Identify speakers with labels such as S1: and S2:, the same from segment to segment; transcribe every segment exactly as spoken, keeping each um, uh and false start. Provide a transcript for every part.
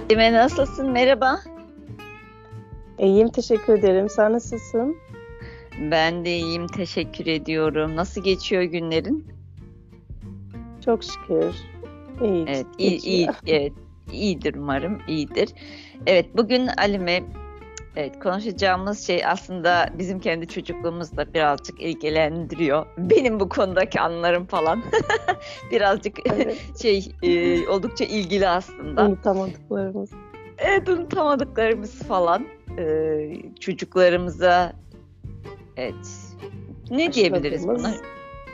S1: Dime nasılsın? Merhaba.
S2: İyiyim, teşekkür ederim. Sen nasılsın?
S1: Ben de iyiyim, teşekkür ediyorum. Nasıl geçiyor günlerin?
S2: Çok şükür. İyi
S1: Evet, iyi, iyi,
S2: geçiyor.
S1: evet, iyidir umarım, iyidir. Evet, bugün Alime, evet konuşacağımız şey aslında bizim kendi çocukluğumuzla birazcık ilgilendiriyor. Benim bu konudaki anılarım falan birazcık
S2: Evet,
S1: şey e, oldukça ilgili aslında.
S2: unutamadıklarımız.
S1: Evet, unutamadıklarımız falan e, çocuklarımıza, evet, ne diyebiliriz buna?
S2: Aşıladığımız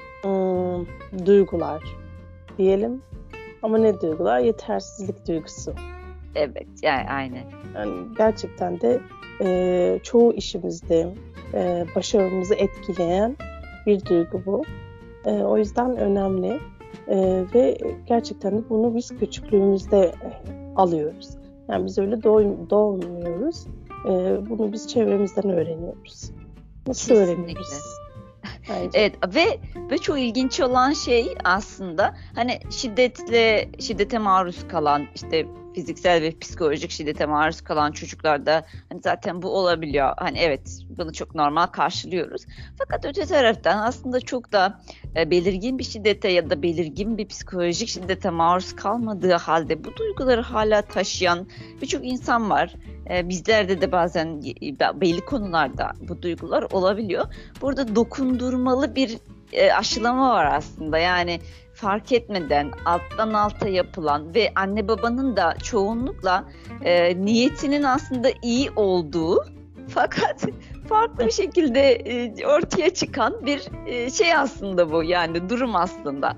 S2: ım, duygular diyelim. Ama ne duygular? Yetersizlik duygusu.
S1: Evet, yani aynen.
S2: Yani gerçekten de e, çoğu işimizde e, başarımızı etkileyen bir duygu bu. E, o yüzden önemli. E, ve gerçekten de bunu biz küçüklüğümüzde alıyoruz. Yani biz öyle doğ- doğmuyoruz. E, bunu biz çevremizden öğreniyoruz. Nasıl
S1: Kesinlikle.
S2: öğreniyoruz bence?
S1: Evet ve ve çok ilginç olan şey aslında hani şiddetle şiddete maruz kalan işte fiziksel ve psikolojik şiddete maruz kalan çocuklarda hani zaten bu olabiliyor. Hani evet bunu çok normal karşılıyoruz. Fakat öte taraftan aslında çok da e, belirgin bir şiddete ya da belirgin bir psikolojik şiddete maruz kalmadığı halde bu duyguları hala taşıyan birçok insan var. E, bizlerde de bazen e, belli konularda bu duygular olabiliyor. Burada dokundurmalı bir e, aşılama var aslında. Yani fark etmeden alttan alta yapılan ve anne babanın da çoğunlukla e, niyetinin aslında iyi olduğu fakat farklı bir şekilde e, ortaya çıkan bir e, şey aslında bu. Yani durum aslında.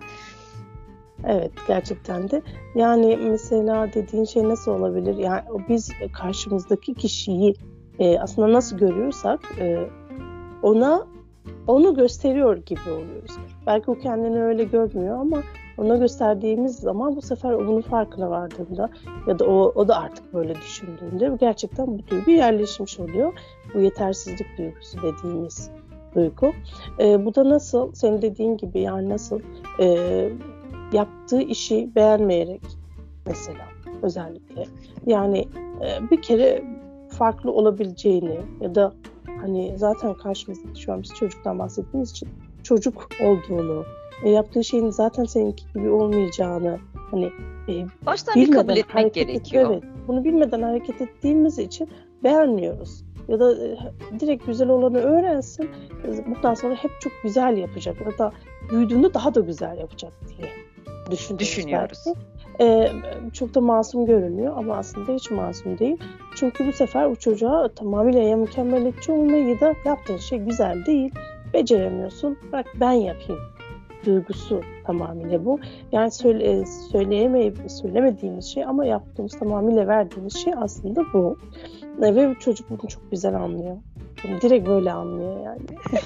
S2: Evet, gerçekten de. Yani mesela dediğin şey nasıl olabilir? Yani biz karşımızdaki kişiyi e, aslında nasıl görüyorsak e, ona onu gösteriyor gibi oluyoruz. Belki o kendini öyle görmüyor ama ona gösterdiğimiz zaman bu sefer bunun farkına vardığında ya da o, o da artık böyle düşündüğünde gerçekten bu duygu yerleşmiş oluyor. Bu yetersizlik duygusu dediğimiz duygu. Ee, bu da nasıl? Senin dediğin gibi yani nasıl? Ee, yaptığı işi beğenmeyerek mesela özellikle. Yani e, bir kere farklı olabileceğini ya da hani zaten karşımızda şu an biz çocuktan bahsettiğimiz için çocuk olduğunu, e, yaptığı şeyin zaten seninki gibi olmayacağını hani e,
S1: Baştan bir kabul
S2: bilmeden
S1: etmek
S2: hareket et,
S1: gerekiyor.
S2: evet bunu bilmeden hareket ettiğimiz için beğenmiyoruz. Ya da e, direkt güzel olanı öğrensin, e, bundan sonra hep çok güzel yapacak ya da büyüdüğünde daha da güzel yapacak diye düşünüyoruz
S1: Düşünüyoruz.
S2: belki. Ee, çok da masum görünüyor ama aslında hiç masum değil. Çünkü bu sefer o çocuğa tamamıyla ya mükemmeliyetçi olmayı ya da yaptığın şey güzel değil, beceremiyorsun, bırak ben yapayım duygusu tamamıyla bu. Yani söyle, söyleyemeyip söylemediğimiz şey ama yaptığımız tamamıyla verdiğimiz şey aslında bu. Ve bu çocuk bunu çok güzel anlıyor. Bunu direkt böyle anlıyor yani.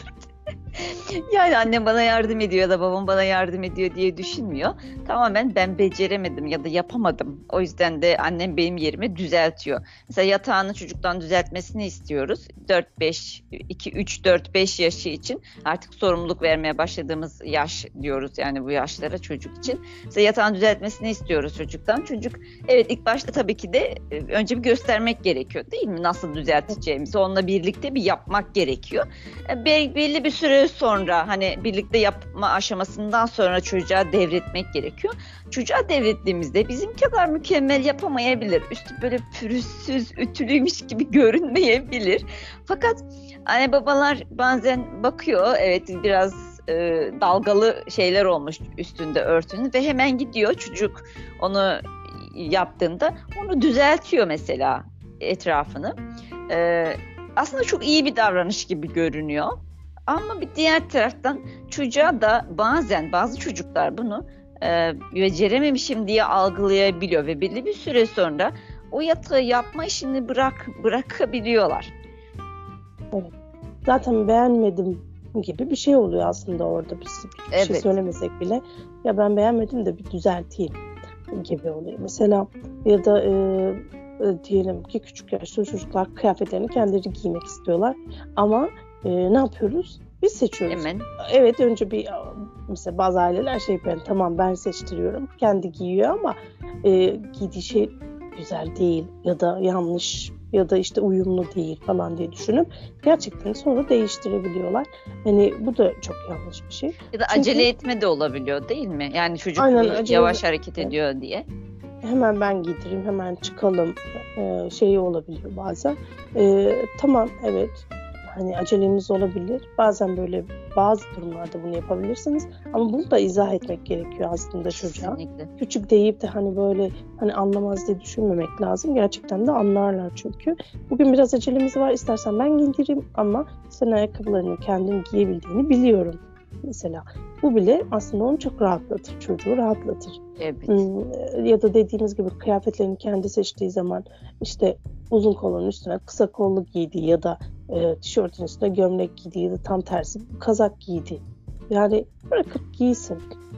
S1: Yani annem bana yardım ediyor ya da babam bana yardım ediyor diye düşünmüyor. Tamamen ben beceremedim ya da yapamadım. O yüzden de annem benim yerime düzeltiyor. Mesela yatağını çocuktan düzeltmesini istiyoruz. dört beş, iki, üç, dört, beş yaşı için artık sorumluluk vermeye başladığımız yaş diyoruz yani bu yaşlara çocuk için. Mesela yatağını düzeltmesini istiyoruz çocuktan. Çocuk evet ilk başta tabii ki de önce bir göstermek gerekiyor değil mi? Nasıl düzelteceğimizi onunla birlikte bir yapmak gerekiyor. Belli bir süre sonra hani birlikte yapma aşamasından sonra çocuğa devretmek gerekiyor. Çocuğa devrettiğimizde bizim kadar mükemmel yapamayabilir. Üstü böyle pürüzsüz, ütülüymüş gibi görünmeyebilir. Fakat anne babalar bazen bakıyor evet biraz e, dalgalı şeyler olmuş üstünde örtünün ve hemen gidiyor çocuk onu yaptığında onu düzeltiyor mesela etrafını. E, aslında çok iyi bir davranış gibi görünüyor. Ama bir diğer taraftan çocuğa da bazen bazı çocuklar bunu e, becerememişim diye algılayabiliyor ve belli bir süre sonra o yatağı yapma işini bırak bırakabiliyorlar.
S2: Evet. Zaten beğenmedim gibi bir şey oluyor aslında orada. Biz bir şey
S1: Evet.
S2: söylemesek bile ya ben beğenmedim de bir düzelteyim gibi oluyor. Mesela ya da e, e, diyelim ki küçük yaşta çocuklar kıyafetlerini kendileri giymek istiyorlar. Ama e, ne yapıyoruz? Biz seçiyoruz.
S1: Hemen.
S2: Evet önce bir mesela bazı aileler şey yapıyor. Tamam ben seçtiriyorum. Kendi giyiyor ama e, giydiği şey güzel değil ya da yanlış ya da işte uyumlu değil falan diye düşünüp gerçekten sonra değiştirebiliyorlar. Hani bu da çok yanlış bir şey.
S1: Ya da
S2: Çünkü,
S1: acele etme de olabiliyor değil mi? Yani çocuk
S2: aynen,
S1: bir
S2: acele,
S1: yavaş hareket ediyor diye.
S2: Hemen ben giydireyim, hemen çıkalım e, şeyi olabiliyor bazen. E, tamam, evet. Hani aceleniz olabilir. Bazen böyle bazı durumlarda bunu yapabilirsiniz. Ama bunu da izah etmek gerekiyor aslında çocuğa.
S1: Kesinlikle.
S2: Küçük deyip de hani böyle hani anlamaz diye düşünmemek lazım. Gerçekten de anlarlar çünkü. Bugün biraz acelemiz var. İstersen ben giydireyim ama sen ayakkabılarını kendin giyebildiğini biliyorum. Mesela bu bile aslında onu çok rahatlatır. Çocuğu rahatlatır.
S1: Evet.
S2: Hmm, ya da dediğimiz gibi kıyafetlerini kendi seçtiği zaman işte uzun kolların üstüne kısa kollu giydiği ya da e, tişörtün üstüne gömlek giydiği ya da tam tersi kazak giydiği. Yani bırakıp giysin.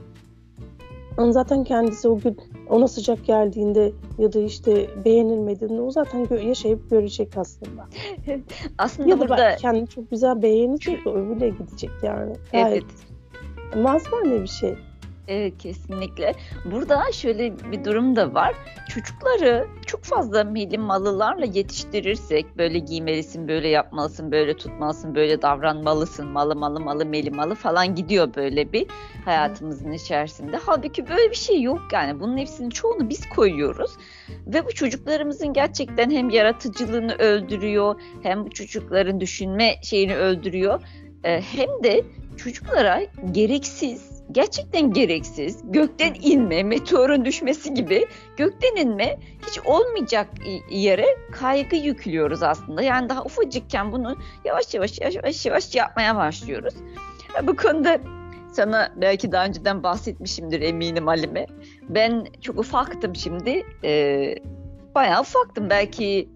S2: Ama zaten kendisi o gün ona sıcak geldiğinde ya da işte beğenilmediğinde o zaten gö- yaşayıp görecek aslında.
S1: Aslında
S2: Ya da
S1: burada
S2: kendini çok güzel beğenecek ve öbürle gidecek yani. Gayet
S1: evet.
S2: mazmane bir şey.
S1: Evet, kesinlikle. Burada şöyle bir durum da var. Çocukları çok fazla melimalılarla yetiştirirsek, böyle giymelisin, böyle yapmalısın, böyle tutmalısın, böyle davranmalısın, malı malı malı melimalı falan gidiyor böyle bir hayatımızın içerisinde. Halbuki böyle bir şey yok yani. Bunun hepsinin çoğunu biz koyuyoruz. Ve bu çocuklarımızın gerçekten hem yaratıcılığını öldürüyor, hem bu çocukların düşünme şeyini öldürüyor. Hem de çocuklara gereksiz, gerçekten gereksiz, gökten inme, meteorun düşmesi gibi gökten inme hiç olmayacak yere kaygı yüklüyoruz aslında. Yani daha ufacıkken bunu yavaş yavaş yavaş yavaş yapmaya başlıyoruz. Bu konuda sana belki daha önceden bahsetmişimdir eminim Halime. Ben çok ufaktım şimdi. Ee, bayağı ufaktım. Belki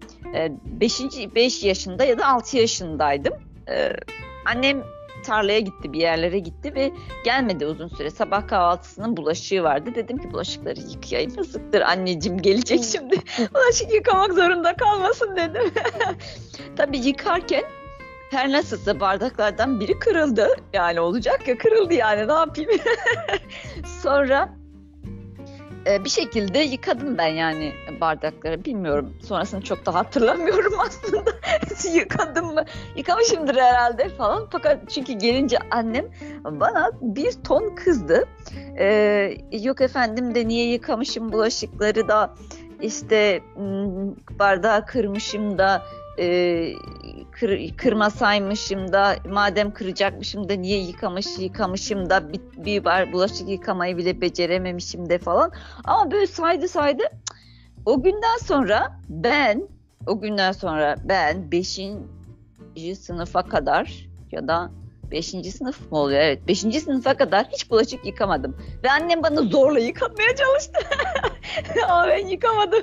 S1: beş yaşında ya da altı yaşındaydım. Ee, annem tarlaya gitti, bir yerlere gitti ve gelmedi uzun süre. Sabah kahvaltısının bulaşığı vardı. Dedim ki bulaşıkları yıkayayım. Yazıktır, anneciğim gelecek şimdi. Bulaşık yıkamak zorunda kalmasın dedim. Tabii yıkarken her nasılsa bardaklardan biri kırıldı. Yani olacak ya, kırıldı yani, ne yapayım. Sonra e, bir şekilde yıkadım ben yani bardakları. Bilmiyorum. Sonrasını çok da hatırlamıyorum aslında. Yıkadım mı? Yıkamışımdır herhalde falan. Fakat çünkü gelince annem bana bir ton kızdı. Ee, yok efendim de niye yıkamışım bulaşıkları da işte bardağı kırmışım da e, kır, kırmasaymışım da madem kıracakmışım da niye yıkamış yıkamışım da bir, bir bar bulaşık yıkamayı bile becerememişim de falan. Ama böyle saydı saydı. O günden sonra ben o günden sonra ben beşinci sınıfa kadar ya da beşinci sınıf mı oluyor? Evet, beşinci sınıfa kadar hiç bulaşık yıkamadım. Ve annem bana zorla yıkatmaya çalıştı. Ama ben yıkamadım.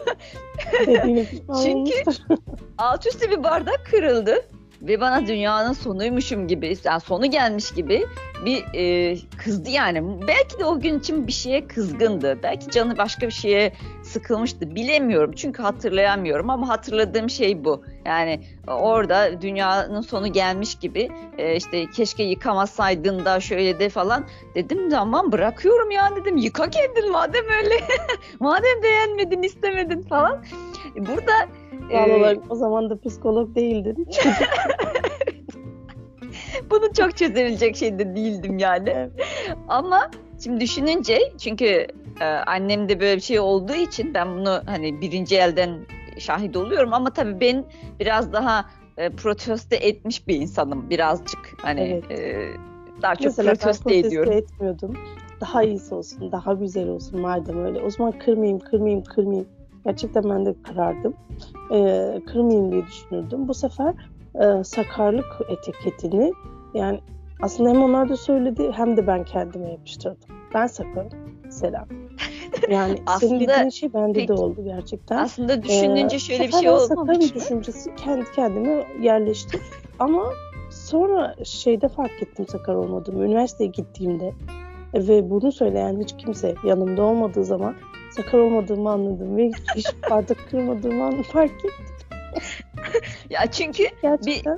S1: Çünkü alt üstü bir bardak kırıldı. Ve bana dünyanın sonuymuşum gibi, yani sonu gelmiş gibi bir e, kızdı yani. Belki de o gün için bir şeye kızgındı. Belki canı başka bir şeye sıkılmıştı. Bilemiyorum çünkü hatırlayamıyorum ama hatırladığım şey bu. Yani orada dünyanın sonu gelmiş gibi e, işte keşke yıkamasaydın da şöyle de falan dedim de aman bırakıyorum ya dedim. Yıka kendin madem öyle. Madem beğenmedin, istemedin falan. Burada
S2: Doğal olarak o zaman da psikolog değildin.
S1: Bunu çok çözebilecek şey de değildim yani. Evet. Ama şimdi düşününce çünkü e, annem de böyle bir şey olduğu için ben bunu hani birinci elden şahit oluyorum ama tabii ben biraz daha e, protesto etmiş bir insanım birazcık hani evet. e, daha çok
S2: mesela
S1: protesto ediyorum.
S2: Mesela ben protesto etmiyordum. Daha iyisi olsun, daha güzel olsun madem öyle. O zaman kırmayayım, kırmayayım, kırmayayım. Gerçekten ben de kırardım. Ee, kırmayayım diye düşünürdüm. Bu sefer e, sakarlık etiketini yani aslında hem onlar da söyledi hem de ben kendime yapıştırdım. Ben sakarım mesela. Yani aslında, senin dediğin şey bende peki, de oldu gerçekten.
S1: Aslında düşününce ee, şöyle bir şey olmamış mı?
S2: Sakar düşüncesi kendi kendime yerleşti. Ama sonra şeyde fark ettim sakar olmadığımı. Üniversiteye gittiğimde ve bunu söyleyen hiç kimse yanımda olmadığı zaman sakar olmadığımı anladım ve hiç bardak kırmadığımı fark ettim.
S1: Ya çünkü gerçekten. bir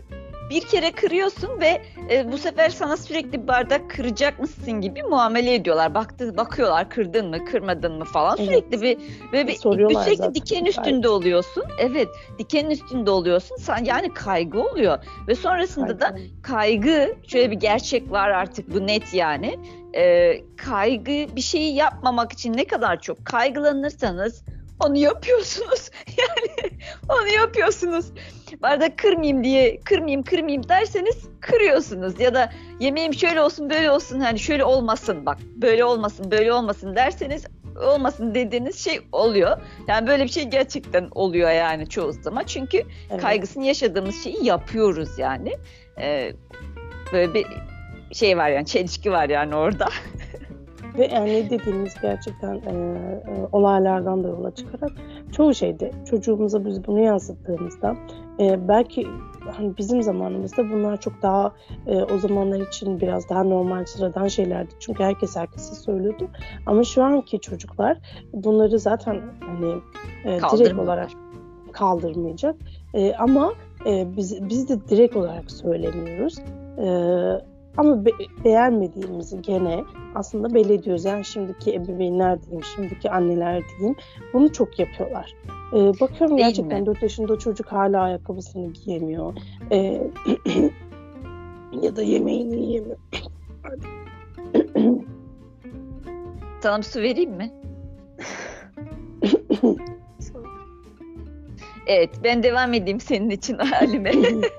S1: bir kere kırıyorsun ve e, bu sefer sana sürekli bardak kıracak mısın gibi muamele ediyorlar. Baktı, bakıyorlar kırdın mı, kırmadın mı falan. Evet. Sürekli bir böyle bir sürekli zaten. Diken üstünde oluyorsun. Evet, dikenin üstünde oluyorsun. Sen yani kaygı oluyor ve sonrasında kaygı. da kaygı, şöyle bir gerçek var artık, bu net yani. E, kaygı, bir şeyi yapmamak için ne kadar çok kaygılanırsanız onu yapıyorsunuz. Yani onu yapıyorsunuz. Bardak kırmayayım diye kırmayayım kırmayayım derseniz kırıyorsunuz. Ya da yemeğim şöyle olsun böyle olsun, hani şöyle olmasın, bak böyle olmasın böyle olmasın derseniz olmasın dediğiniz şey oluyor. Yani böyle bir şey gerçekten oluyor yani çoğu zaman. Çünkü evet. kaygısını yaşadığımız şeyi yapıyoruz yani. Ee, böyle bir şey var yani, çelişki var yani orada.
S2: Ve yani dediğimiz gerçekten e, e, olaylardan da yola çıkarak çoğu şeyde çocuğumuza biz bunu yansıttığımızda e, belki hani bizim zamanımızda bunlar çok daha e, o zamanlar için biraz daha normal, sıradan şeylerdi. Çünkü herkes herkese söylüyordu. Ama şu anki çocuklar bunları zaten hani e, direkt olarak kaldırmayacak. E, ama e, biz biz de direkt olarak söylemiyoruz. E, Ama be- beğenmediğimizi gene aslında belli ediyoruz. Yani şimdiki ebeveynler diyeyim, şimdiki anneler diyeyim, bunu çok yapıyorlar. Ee, bakıyorum Değil gerçekten mi? dört yaşında çocuk hala ayakkabısını giyemiyor. Ee, ya da yemeğini yiyemiyor.
S1: Sana bir su vereyim mi? Evet, ben devam edeyim senin için Halime.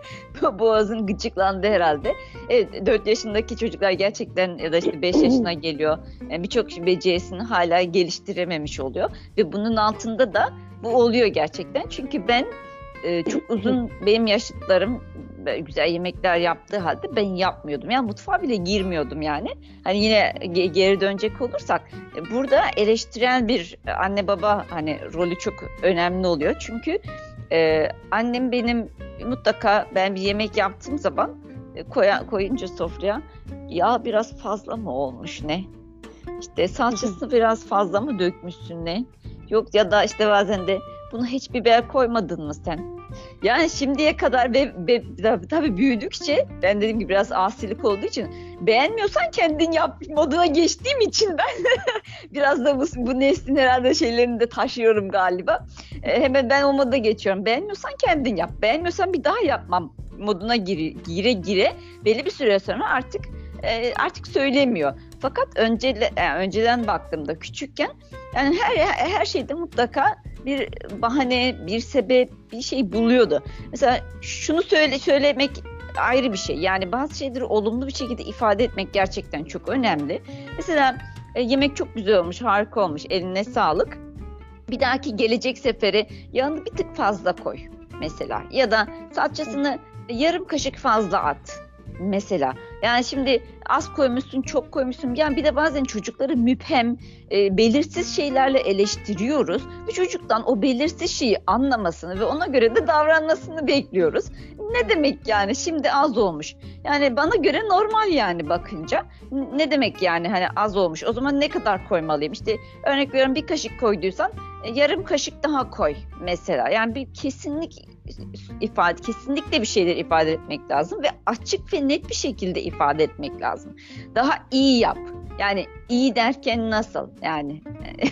S1: Boğazın gıcıklandı herhalde. Evet, dört yaşındaki çocuklar gerçekten, ya da işte beş yaşına geliyor. Yani birçok becerisini hala geliştirememiş oluyor. Ve bunun altında da bu oluyor gerçekten. Çünkü ben e, çok uzun, benim yaşıtlarım güzel yemekler yaptığı halde ben yapmıyordum. Yani mutfağa bile girmiyordum yani. Hani yine ge- geri dönecek olursak burada eleştiren bir anne baba hani rolü çok önemli oluyor. Çünkü e, annem benim mutlaka, ben bir yemek yaptığım zaman e, koya, koyunca sofraya, ya biraz fazla mı olmuş ne? İşte salçasını biraz fazla mı dökmüşsün ne? Yok, ya da işte bazen de buna hiç biber koymadın mı sen? Yani şimdiye kadar ve, ve tabii büyüdükçe, ben dediğim gibi biraz asilik olduğu için, beğenmiyorsan kendin yap moduna geçtiğim için ben biraz da bu, bu neslin herhalde şeylerini de taşıyorum galiba. E, hemen ben o moda geçiyorum. Beğenmiyorsan kendin yap. Beğenmiyorsan bir daha yapmam moduna gire gire, gire belli bir süre sonra artık e, artık söylemiyor. Fakat önce, yani önceden baktığımda küçükken yani her her şeyde mutlaka bir bahane, bir sebep, bir şey buluyordu. Mesela şunu söyle söylemek ayrı bir şey. Yani bazı şeyleri olumlu bir şekilde ifade etmek gerçekten çok önemli. Mesela e, yemek çok güzel olmuş, harika olmuş, eline sağlık. Bir dahaki gelecek sefere yağını bir tık fazla koy mesela. Ya da salçasını yarım kaşık fazla at mesela. Yani şimdi az koymuşsun, çok koymuşsun. Yani bir de bazen çocukları müphem, e, belirsiz şeylerle eleştiriyoruz. Ve çocuktan o belirsiz şeyi anlamasını ve ona göre de davranmasını bekliyoruz. Ne demek yani şimdi az olmuş? Yani bana göre normal yani bakınca. Ne demek yani hani az olmuş? O zaman ne kadar koymalıyım? İşte örnek veriyorum, bir kaşık koyduysan yarım kaşık daha koy mesela. Yani bir kesinlik ifade, kesinlikle bir şeyler ifade etmek lazım ve açık ve net bir şekilde ifade etmek lazım. Daha iyi yap. Yani iyi derken nasıl? Yani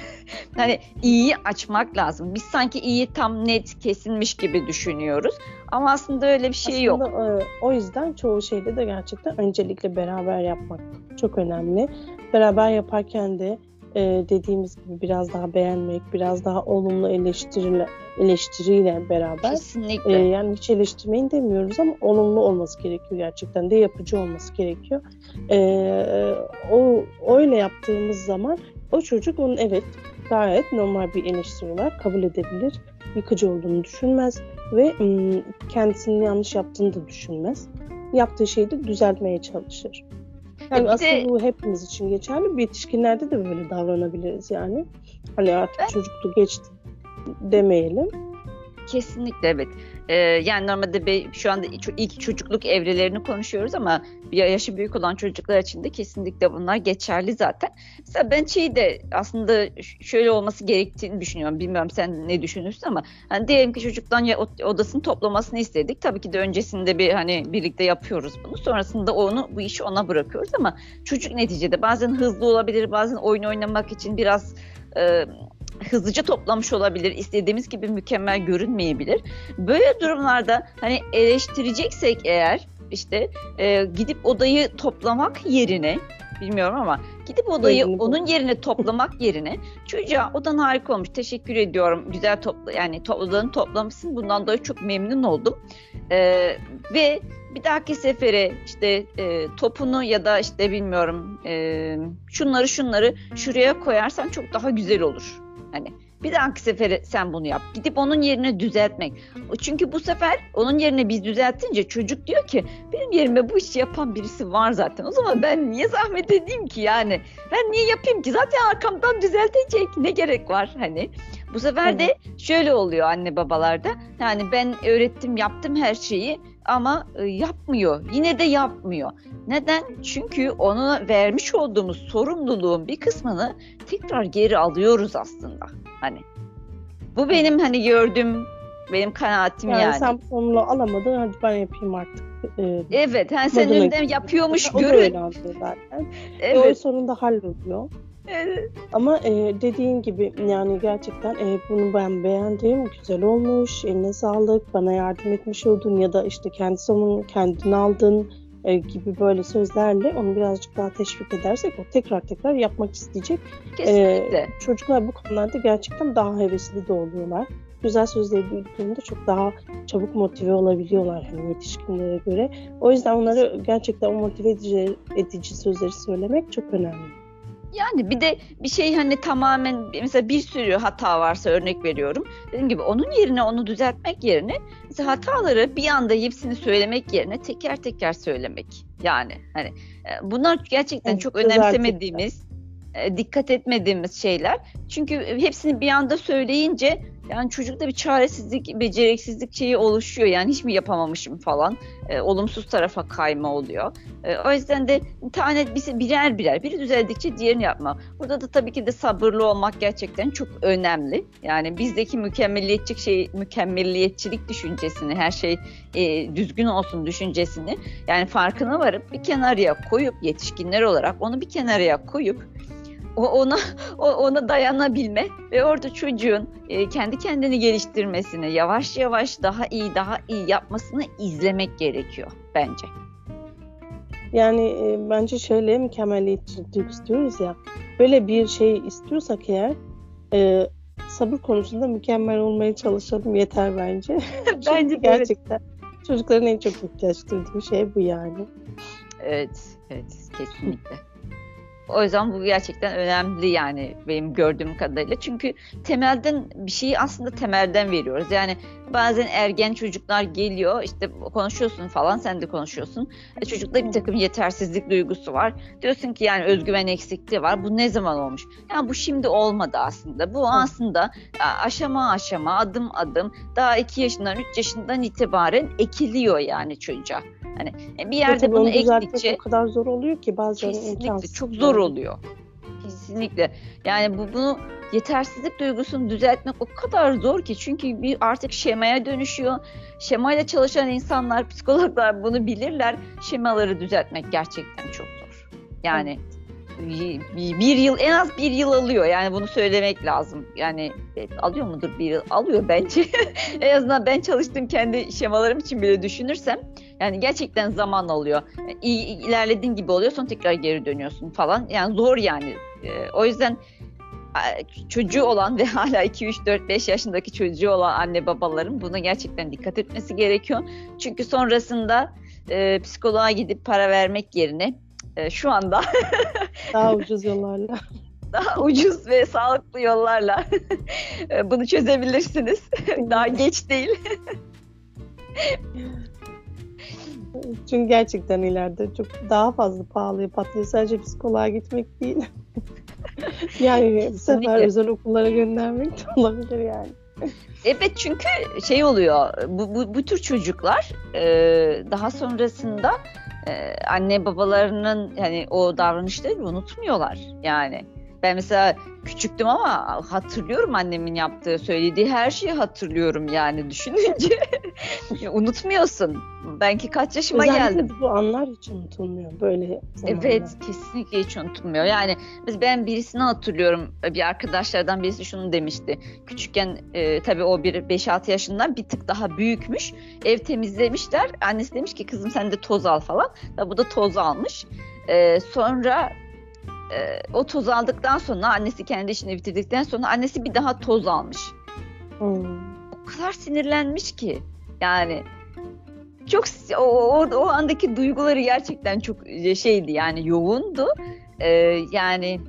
S1: hani iyiyi açmak lazım. Biz sanki iyi tam net kesinmiş gibi düşünüyoruz. Ama aslında öyle bir şey
S2: aslında,
S1: yok.
S2: E, o yüzden çoğu şeyde de gerçekten öncelikle beraber yapmak çok önemli. Beraber yaparken de e, dediğimiz gibi biraz daha beğenmek, biraz daha olumlu eleştiriyle, eleştiriyle beraber.
S1: Kesinlikle.
S2: E, yani hiç eleştirmeyin demiyoruz ama olumlu olması gerekiyor gerçekten de, yapıcı olması gerekiyor. E, o öyle yaptığımız zaman o çocuk onun evet gayet normal bir eleştiri olarak kabul edebilir. Yıkıcı olduğunu düşünmez ve ım, kendisinin yanlış yaptığını da düşünmez. Yaptığı şeyi de düzeltmeye çalışır. Yani aslında de, bu hepimiz için geçerli. Yetişkinlerde de böyle davranabiliriz yani. Hani artık ben, çocukluğu geçti demeyelim.
S1: Kesinlikle evet. Ee, yani normalde be, şu anda ilk çocukluk evrelerini konuşuyoruz ama bir yaşı büyük olan çocuklar için de kesinlikle bunlar geçerli zaten. Mesela ben şeyi de aslında şöyle olması gerektiğini düşünüyorum. Bilmiyorum sen ne düşünürsün ama hani diyelim ki çocuktan ya odasını toplamasını istedik. Tabii ki de öncesinde bir hani birlikte yapıyoruz bunu. Sonrasında onu bu işi ona bırakıyoruz ama çocuk neticede bazen hızlı olabilir, bazen oyun oynamak için biraz e, hızlıca toplamış olabilir. İstediğimiz gibi mükemmel görünmeyebilir. Böyle durumlarda hani eleştireceksek eğer işte e, gidip odayı toplamak yerine bilmiyorum ama gidip odayı
S2: Yerini
S1: onun yerine toplamak yerine çocuğa odan harika olmuş teşekkür ediyorum güzel topla yani to- odanı toplamışsın bundan dolayı çok memnun oldum e, ve bir dahaki sefere işte e, topunu ya da işte bilmiyorum e, şunları şunları şuraya koyarsan çok daha güzel olur. Hani bir dahaki sefere sen bunu yap. Gidip onun yerine düzeltmek. Çünkü bu sefer onun yerine biz düzeltince çocuk diyor ki benim yerime bu işi yapan birisi var zaten. O zaman ben niye zahmet edeyim ki yani? Ben niye yapayım ki? Zaten arkamdan düzeltecek. Ne gerek var hani? Bu sefer
S2: Evet.
S1: de şöyle oluyor anne babalarda. Yani ben öğrettim, yaptım her şeyi ama e, yapmıyor. Yine de yapmıyor. Neden? Çünkü ona vermiş olduğumuz sorumluluğun bir kısmını tekrar geri alıyoruz aslında. Hani bu benim hani gördüğüm benim kanaatim
S2: Yani,
S1: yani.
S2: sen bu sorumluluğu alamadın, hadi ben yapayım artık. Ee,
S1: Evet, hani sen
S2: moduna
S1: elinden
S2: gidiyor.
S1: yapıyormuş
S2: O da
S1: görün.
S2: öyle anlıyor zaten. Ve o
S1: Evet.
S2: sorun da halloluyor.
S1: Evet.
S2: Ama e, dediğin gibi yani gerçekten e, bunu ben beğendim, güzel olmuş, eline sağlık, bana yardım etmiş oldun ya da işte kendi sorumluluğunu kendin aldın e, gibi böyle sözlerle onu birazcık daha teşvik edersek o tekrar tekrar yapmak isteyecek.
S1: Kesinlikle.
S2: E, çocuklar bu konularda gerçekten daha hevesli de oluyorlar. Güzel sözleri duyduğunda çok daha çabuk motive olabiliyorlar hani yetişkinlere göre. O yüzden onlara gerçekten o motive edici, edici sözleri söylemek çok önemli.
S1: Yani bir de bir şey hani tamamen mesela bir sürü hata varsa örnek veriyorum. Dediğim gibi onun yerine onu düzeltmek yerine mesela hataları bir anda hepsini söylemek yerine teker teker söylemek. Yani hani e, bunlar gerçekten
S2: Evet,
S1: çok
S2: özellikle.
S1: önemsemediğimiz, e, dikkat etmediğimiz şeyler. Çünkü hepsini bir anda söyleyince yani çocukta bir çaresizlik, beceriksizlik şeyi oluşuyor. Yani hiç mi yapamamışım falan. E, olumsuz tarafa kayma oluyor. E, o yüzden de tane birer birer biri düzeldikçe diğerini yapma. Burada da tabii ki de sabırlı olmak gerçekten çok önemli. Yani bizdeki mükemmeliyetçilik şey, mükemmeliyetçilik düşüncesini, her şey e, düzgün olsun düşüncesini yani farkına varıp bir kenarıya koyup yetişkinler olarak onu bir kenarıya koyup o ona o ona dayanabilme ve orada çocuğun e, kendi kendini geliştirmesini, yavaş yavaş daha iyi daha iyi yapmasını izlemek gerekiyor bence.
S2: Yani e, bence şöyle mükemmeliyetçilik duygusu diyoruz ya, böyle bir şey istiyorsak eğer e, sabır konusunda mükemmel olmaya çalışalım yeter bence.
S1: Bence
S2: Çünkü
S1: de evet.
S2: gerçekten çocukların en çok ihtiyaç duyduğu şey bu yani.
S1: Evet, evet kesinlikle. O yüzden bu gerçekten önemli yani benim gördüğüm kadarıyla. Çünkü temelden bir şeyi aslında temelden veriyoruz. Yani bazen ergen çocuklar geliyor işte konuşuyorsun falan sen de konuşuyorsun. E, çocukta bir takım yetersizlik duygusu var. Diyorsun ki yani özgüven eksikliği var. Bu ne zaman olmuş? Yani bu şimdi olmadı aslında. Bu aslında aşama aşama adım adım daha iki yaşından üç yaşından itibaren ekiliyor yani çocuğa. Hani bir yerde
S2: Tabii
S1: bunu
S2: onu düzeltmek
S1: ektikçe
S2: o kadar zor oluyor ki bazen
S1: kesinlikle
S2: imkansız.
S1: çok zor oluyor. Kesinlikle. Yani bu bunu yetersizlik duygusunu düzeltmek o kadar zor ki çünkü bir artık şemaya dönüşüyor. Şemayla çalışan insanlar, psikologlar bunu bilirler. Şemaları düzeltmek gerçekten çok zor. Yani bir, bir yıl en az bir yıl alıyor. Yani bunu söylemek lazım. Yani alıyor mudur bir yıl? Alıyor bence. En azından ben çalıştığım kendi şemalarım için bile düşünürsem yani gerçekten zaman alıyor. İyi ilerlediğin gibi oluyor sonra tekrar geri dönüyorsun falan. Yani zor yani. O yüzden çocuğu olan ve hala iki, üç, dört, beş yaşındaki çocuğu olan anne babaların buna gerçekten dikkat etmesi gerekiyor. Çünkü sonrasında e, psikoloğa gidip para vermek yerine e, şu anda
S2: daha ucuz yollarla
S1: daha ucuz ve sağlıklı yollarla bunu çözebilirsiniz. Daha geç değil.
S2: Çünkü gerçekten ileride çok daha fazla pahalıya patlıyor. Sadece psikoloğa gitmek değil. Yani bu sefer özel okullara göndermek de olabilir yani.
S1: Evet, çünkü şey oluyor, bu, bu, bu tür çocuklar e, daha sonrasında e, anne babalarının yani o davranışlarını unutmuyorlar yani. Ben mesela küçüktüm ama hatırlıyorum annemin yaptığı, söylediği her şeyi hatırlıyorum yani düşününce. Unutmuyorsun. Belki kaç yaşıma
S2: Özellikle
S1: geldim.
S2: bu anlar hiç unutulmuyor böyle zamanlar.
S1: Evet, kesinlikle hiç unutulmuyor. Yani biz ben birisini hatırlıyorum. Bir arkadaşlardan birisi şunu demişti. Küçükken e, tabii o bir beş altı yaşından bir tık daha büyükmüş. Ev temizlemişler. Annesi demiş ki kızım sen de toz al falan. Tabii bu da toz almış. E, sonra e, o toz aldıktan sonra annesi kendi işini bitirdikten sonra annesi bir daha toz almış.
S2: Hmm.
S1: O kadar sinirlenmiş ki yani. Çok o, o, o andaki duyguları gerçekten çok şeydi yani yoğundu. Ee, yani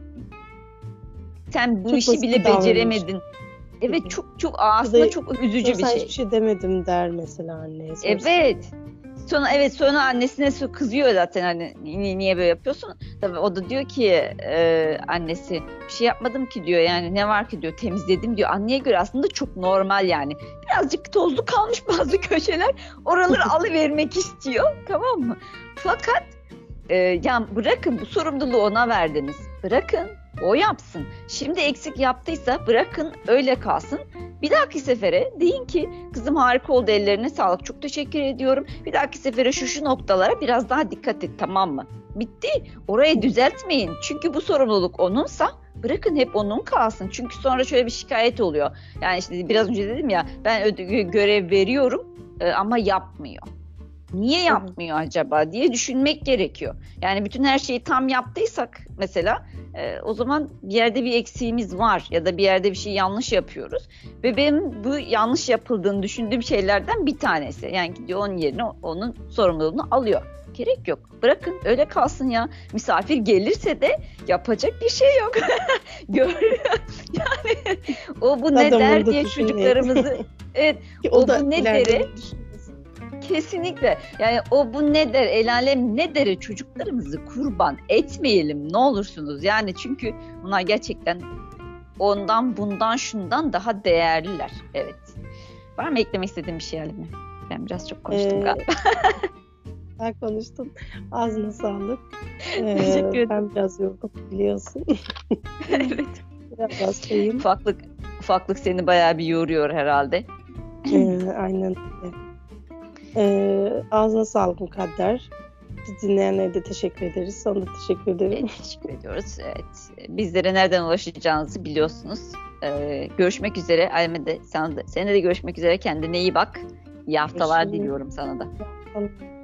S1: sen bu
S2: Çok
S1: işi
S2: basit
S1: bile
S2: davranış.
S1: beceremedin. Evet, çok çok aslında çok üzücü bir
S2: Sen
S1: şey.
S2: hiçbir şey demedim der mesela anneye.
S1: Evet. Sonra evet sonra annesine kızıyor zaten hani niye, niye böyle yapıyorsun? Tabii o da diyor ki e, annesi bir şey yapmadım ki diyor yani ne var ki diyor temizledim diyor. Anneye göre aslında çok normal yani. Birazcık tozlu kalmış bazı köşeler oraları alıvermek istiyor, tamam mı? Fakat e, ya bırakın bu sorumluluğu ona verdiniz. Bırakın o yapsın. Şimdi eksik yaptıysa bırakın öyle kalsın. Bir dahaki sefere deyin ki kızım harika oldu, ellerine sağlık, çok teşekkür ediyorum. Bir dahaki sefere şu şu noktalara biraz daha dikkat et, tamam mı? Bitti. Orayı düzeltmeyin. Çünkü bu sorumluluk onunsa bırakın hep onun kalsın. Çünkü sonra şöyle bir şikayet oluyor. Yani işte biraz önce dedim ya ben öde- görev veriyorum ama yapmıyor. Niye yapmıyor acaba diye düşünmek gerekiyor. Yani bütün her şeyi tam yaptıysak mesela e, o zaman bir yerde bir eksiğimiz var ya da bir yerde bir şey yanlış yapıyoruz. Ve benim bu yanlış yapıldığını düşündüğüm şeylerden bir tanesi. Yani gidiyor onun yerine onun sorumluluğunu alıyor. Gerek yok. Bırakın öyle kalsın ya. Misafir gelirse de yapacak bir şey yok. Yani o bu ne der diye çocuklarımızı evet o, o bu ne deri kesinlikle yani o bu ne der el alem ne dere çocuklarımızı kurban etmeyelim ne olursunuz yani çünkü bunlar gerçekten ondan bundan şundan daha değerliler. Evet. Var mı eklemek istediğin bir şey Halime? Ben biraz çok konuştum ee, galiba.
S2: Ben konuştum. Ağzına sağlık.
S1: Ee, Teşekkür ederim.
S2: Ben biraz yorgun biliyorsun.
S1: Evet.
S2: Biraz hastayım.
S1: Ufaklık, ufaklık seni bayağı bir yoruyor herhalde.
S2: Ee, aynen öyle. Ee, ağzına sağlık Mukadder. Biz dinleyenlere de teşekkür ederiz. Sana da teşekkür ederim.
S1: Evet, teşekkür ediyoruz. Evet. Bizlere nereden ulaşacağınızı biliyorsunuz. Ee, görüşmek üzere. Halime de, sana da, seninle de görüşmek üzere. Kendine iyi bak. İyi haftalar diliyorum sana da.
S2: Tamam.